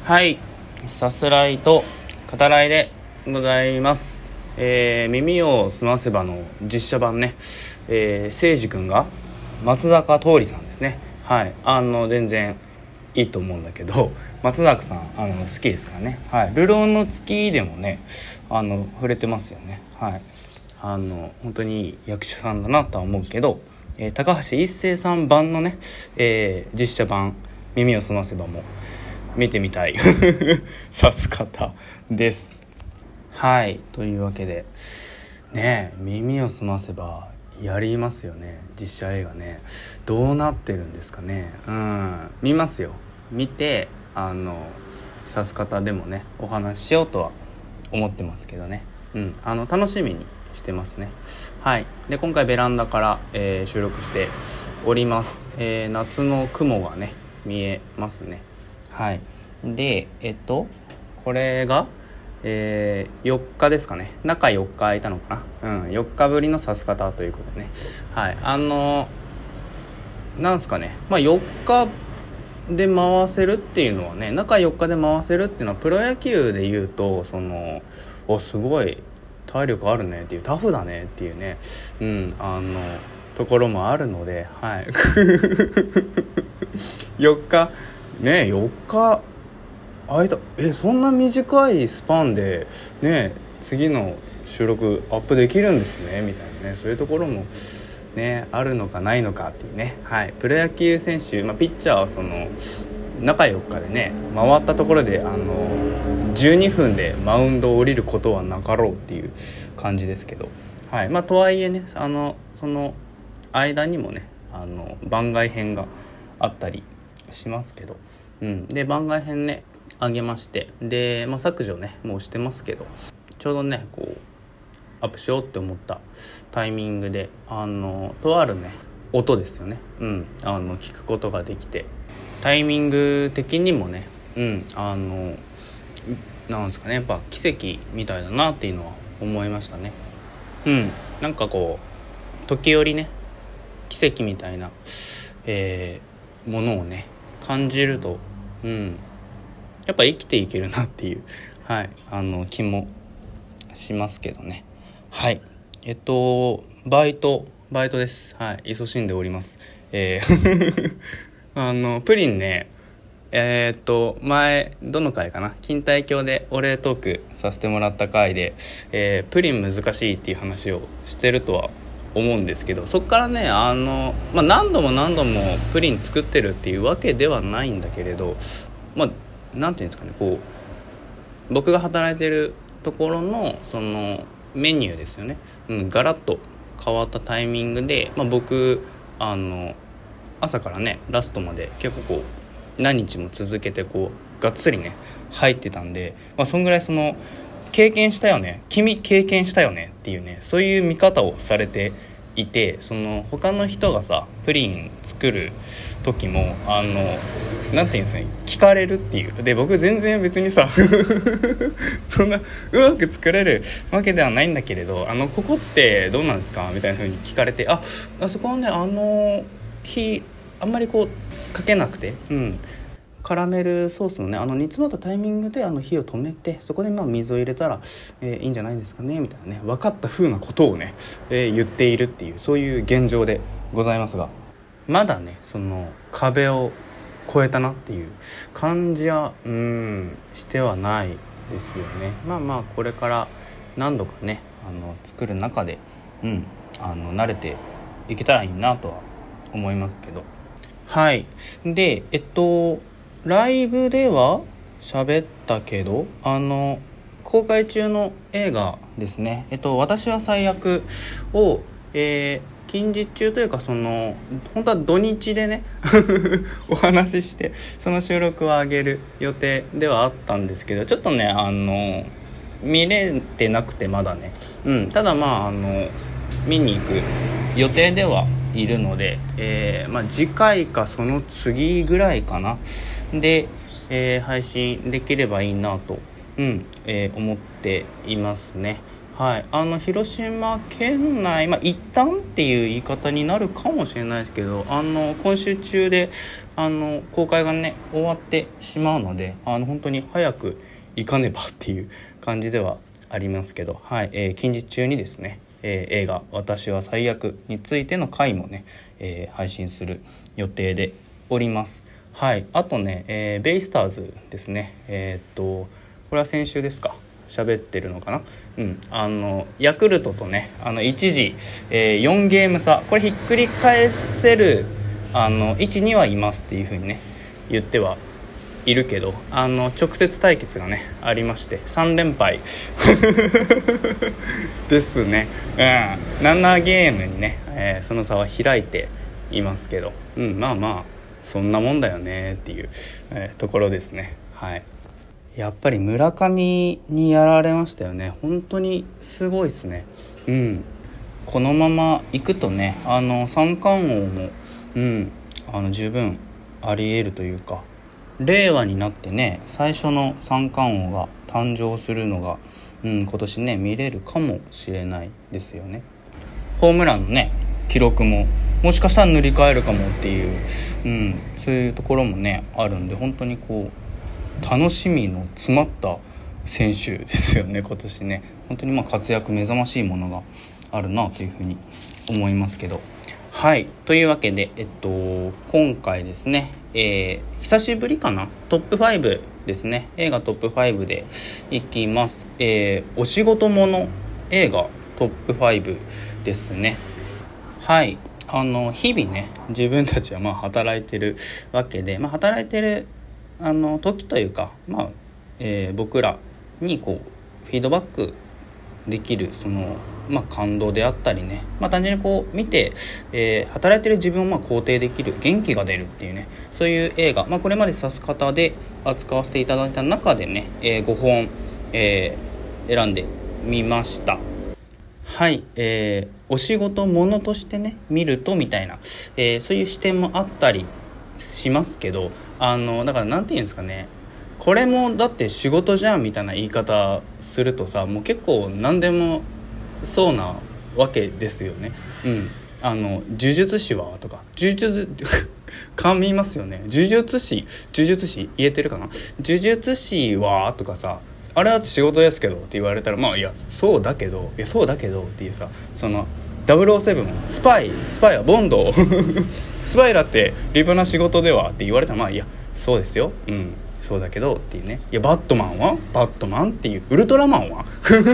はい、さすらいと語らいでございます。耳をすませばの実写版ね、せいじくんが松坂桃李さんですね。はい、全然いいと思うんだけど、松坂さん好きですからね。はい、流浪の月でもね触れてますよね。はい、本当にいい役者さんだなとは思うけど、高橋一生さん版のね、実写版耳をすませばも見てみたいさす方です。はい、というわけでね、耳をすませばやりますよね。実写映画ね、どうなってるんですかね。見ますよ。見てさす方でもねお話ししようとは思ってますけどね。楽しみにしてますね。はい。で今回ベランダから、収録しております。夏の雲がね見えますね。はい。でこれが、4日ですかね。中4日空いたのかな。4日ぶりのさす方ということでね。はい。なんすかね。4日で回せるっていうのはね、中4日で回せるっていうのはプロ野球でいうとすごい体力あるねっていう、タフだねっていうね、ところもあるので、はい。4日ね、4日空いた、そんな短いスパンでね次の収録アップできるんですねみたいなね、そういうところもねあるのかないのかっていうね。はい。プロ野球選手、ピッチャーは中4日でね回ったところで12分でマウンドを降りることはなかろうっていう感じですけど、はい。とはいえねその間にもね番外編があったりしますけど、で番外編ねあげまして、で、削除ねもうしてますけど、ちょうどねこうアップしようって思ったタイミングでとあるね音ですよね、聞くことができて、タイミング的にもねなんですかね、やっぱ奇跡みたいだなっていうのは思いましたね。なんかこう時折ね奇跡みたいな、ものをね感じるとやっぱ生きていけるなっていう、はい、気もしますけどね。はい。バイトです。はい。勤しんでおります。プリンね、前どの回かな、錦帯橋でお礼トークさせてもらった回で、プリン難しいっていう話をしてるとは思うんですけど、そっからね何度もプリン作ってるっていうわけではないんだけれど、なんていうんですかね、こう僕が働いてるところのメニューですよね、ガラッと変わったタイミングで、僕朝からねラストまで結構こう何日も続けてこうがっつりね入ってたんで、そんぐらい経験したよね、君経験したよねっていうね、そういう見方をされていて、他の人がさプリン作る時もなんていうんですかね、聞かれるっていう。で僕全然別にさそんなうまく作れるわけではないんだけれど、ここってどうなんですかみたいな風に聞かれて、あそこはね火あんまりこうかけなくて、カラメルソースのね煮詰まったタイミングで火を止めて、そこで水を入れたら、いいんじゃないですかねみたいなね、分かった風なことをね、言っているっていう、そういう現状でございますが、まだね壁を越えたなっていう感じはしてはないですよね。これから何度かね作る中で慣れていけたらいいなとは思いますけど、はい。でライブでは喋ったけど公開中の映画ですね、私は最悪を、近日中というか本当は土日でねお話ししてその収録を上げる予定ではあったんですけど、ちょっとね見れてなくてまだね、ただ見に行く予定ではいるので、次回かその次ぐらいかなで、配信できればいいなと、思っていますね。 はい、広島県内、一旦っていう言い方になるかもしれないですけど、今週中で公開がね終わってしまうので、本当に早く行かねばっていう感じではありますけど、はい、近日中にですね、映画「私は最悪」についての回もね、配信する予定でおります。はい、あとね、ベイスターズですね。これは先週ですか喋ってるのかな、ヤクルトとね一時、4ゲーム差、これひっくり返せる位置にはいますっていう風にね言ってはいるけど、直接対決がねありまして3連敗ですね、7ゲームにね、その差は開いていますけど、まあそんなもんだよねっていう、ところですね。はい、やっぱり村上にやられましたよね。本当にすごいですね。このままいくとね三冠王も、十分あり得るというか、令和になってね最初の三冠王が誕生するのが、今年ね見れるかもしれないですよね。ホームランのね記録ももしかしたら塗り替えるかもっていう、そういうところもねあるんで、本当にこう楽しみの詰まった選手ですよね今年ね。本当に活躍目覚ましいものがあるなというふうに思いますけど、はい、というわけで、今回ですね、久しぶりかな、トップ5ですね。映画トップ5でいきます。お仕事もの映画トップ5ですね。はい、日々ね自分たちは働いてるわけで、働いてる時というか、僕らにこうフィードバックできるその、感動であったりね、単純にこう見て、働いてる自分を肯定できる、元気が出るっていうね、そういう映画、これまで指す方で扱わせていただいた中でね、5本、選んでみました。はい、お仕事ものとしてね見るとみたいな、そういう視点もあったりしますけど、だからなんていうんですかね、これもだって仕事じゃんみたいな言い方するとさ、もう結構何でもそうなわけですよね。呪術師はとか呪術噛みますよね。呪術師言えてるかな、呪術師はとかさ、あれだって仕事ですけどって言われたら、いやそうだけどっていうさ、その007もスパイはボンドスパイだって立派な仕事ではって言われたら、いやそうですよ、そうだけどっていうね。いやバットマンっていう、ウルトラマンは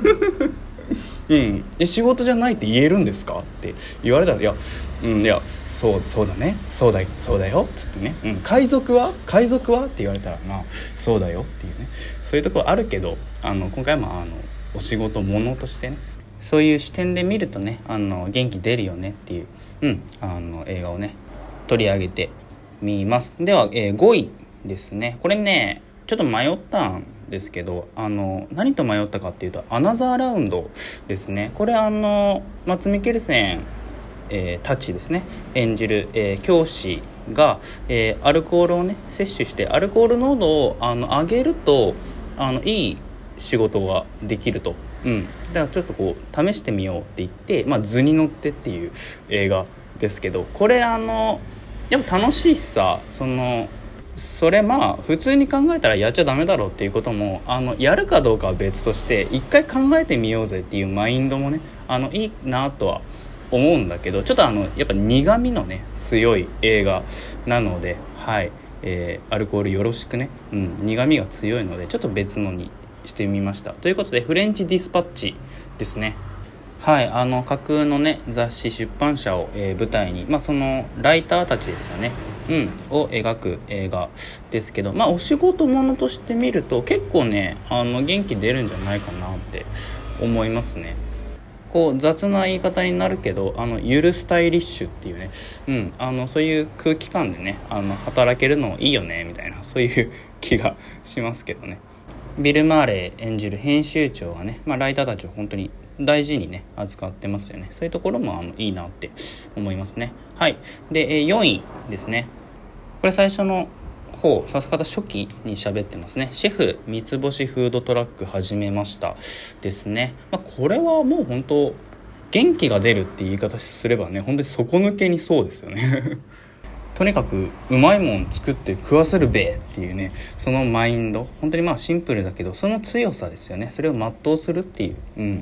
仕事じゃないって言えるんですかって言われたら、いやそうだね、そうだよっつってね、海賊はって言われたらそうだよっていうね、そういうところあるけど、今回もお仕事ものとしてね、そういう視点で見るとね元気出るよねっていう、映画をね取り上げてみます。では、5位ですね。これねちょっと迷ったんですけど、何と迷ったかっていうと、アナザーラウンドですね。これマツ・ミケルセン、たちですね演じる、教師が、アルコールをね摂取して、アルコール濃度を上げるといい仕事ができると、だからちょっとこう試してみようって言って、図に乗ってっていう映画ですけど、これやっぱ楽しいしさ、それ普通に考えたらやっちゃダメだろうっていうこともやるかどうかは別として一回考えてみようぜっていうマインドもねいいなとは思うんだけど、ちょっとやっぱ苦味のね強い映画なので、はい、アルコールよろしくね、苦味が強いのでちょっと別のにしてみました。ということでフレンチディスパッチですね。はい、架空のね雑誌出版社を、舞台に、そのライターたちですよね、を描く映画ですけど、お仕事ものとして見ると結構ね元気出るんじゃないかなって思いますね。こう雑な言い方になるけどゆるスタイリッシュっていうね、そういう空気感でね働けるのいいよねみたいな、そういう気がしますけどね。ビル・マーレー演じる編集長はね、ライターたちを本当に大事にね扱ってますよね。そういうところもいいなって思いますね。はい。で、4位ですね。これ最初の構さす方初期に喋ってますね。シェフ三つ星フードトラック始めましたですね。これはもう本当元気が出るって言い方すればね、本当に底抜けにそうですよねとにかくうまいもん作って食わせるべっていうね、そのマインド、本当にシンプルだけどその強さですよね。それを全うするっていう、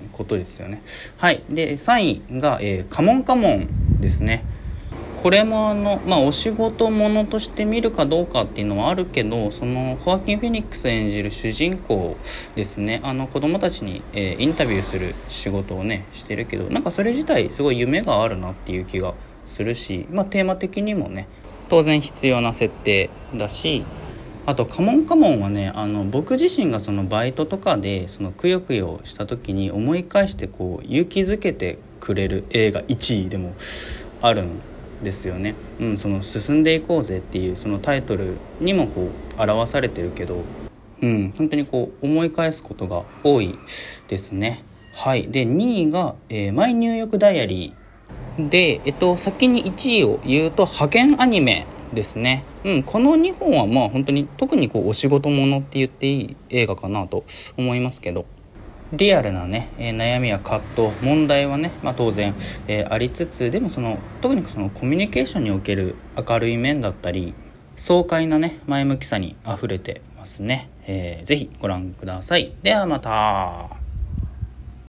ことですよね。はい。で3位が、カモンカモンですね。これもお仕事ものとして見るかどうかっていうのはあるけど、そのホアキン・フェニックス演じる主人公ですね、子供たちに、インタビューする仕事をねしてるけど、なんかそれ自体すごい夢があるなっていう気がするし、テーマ的にもね当然必要な設定だし、あとカモンカモンはね、僕自身がそのバイトとかでそのくよくよした時に思い返してこう勇気づけてくれる映画1位でもあるんですよね。その進んでいこうぜっていうそのタイトルにもこう表されてるけど、本当にこう思い返すことが多いですね。はい。で2位が、マイ入浴ダイアリーで、先に1位を言うと派遣アニメですね。この2本は本当に特にこうお仕事ものって言っていい映画かなと思いますけど、リアルなね、悩みや葛藤問題はね、当然、ありつつ、でも特にそのコミュニケーションにおける明るい面だったり爽快なね前向きさにあふれてますね。ぜひご覧ください。ではまた。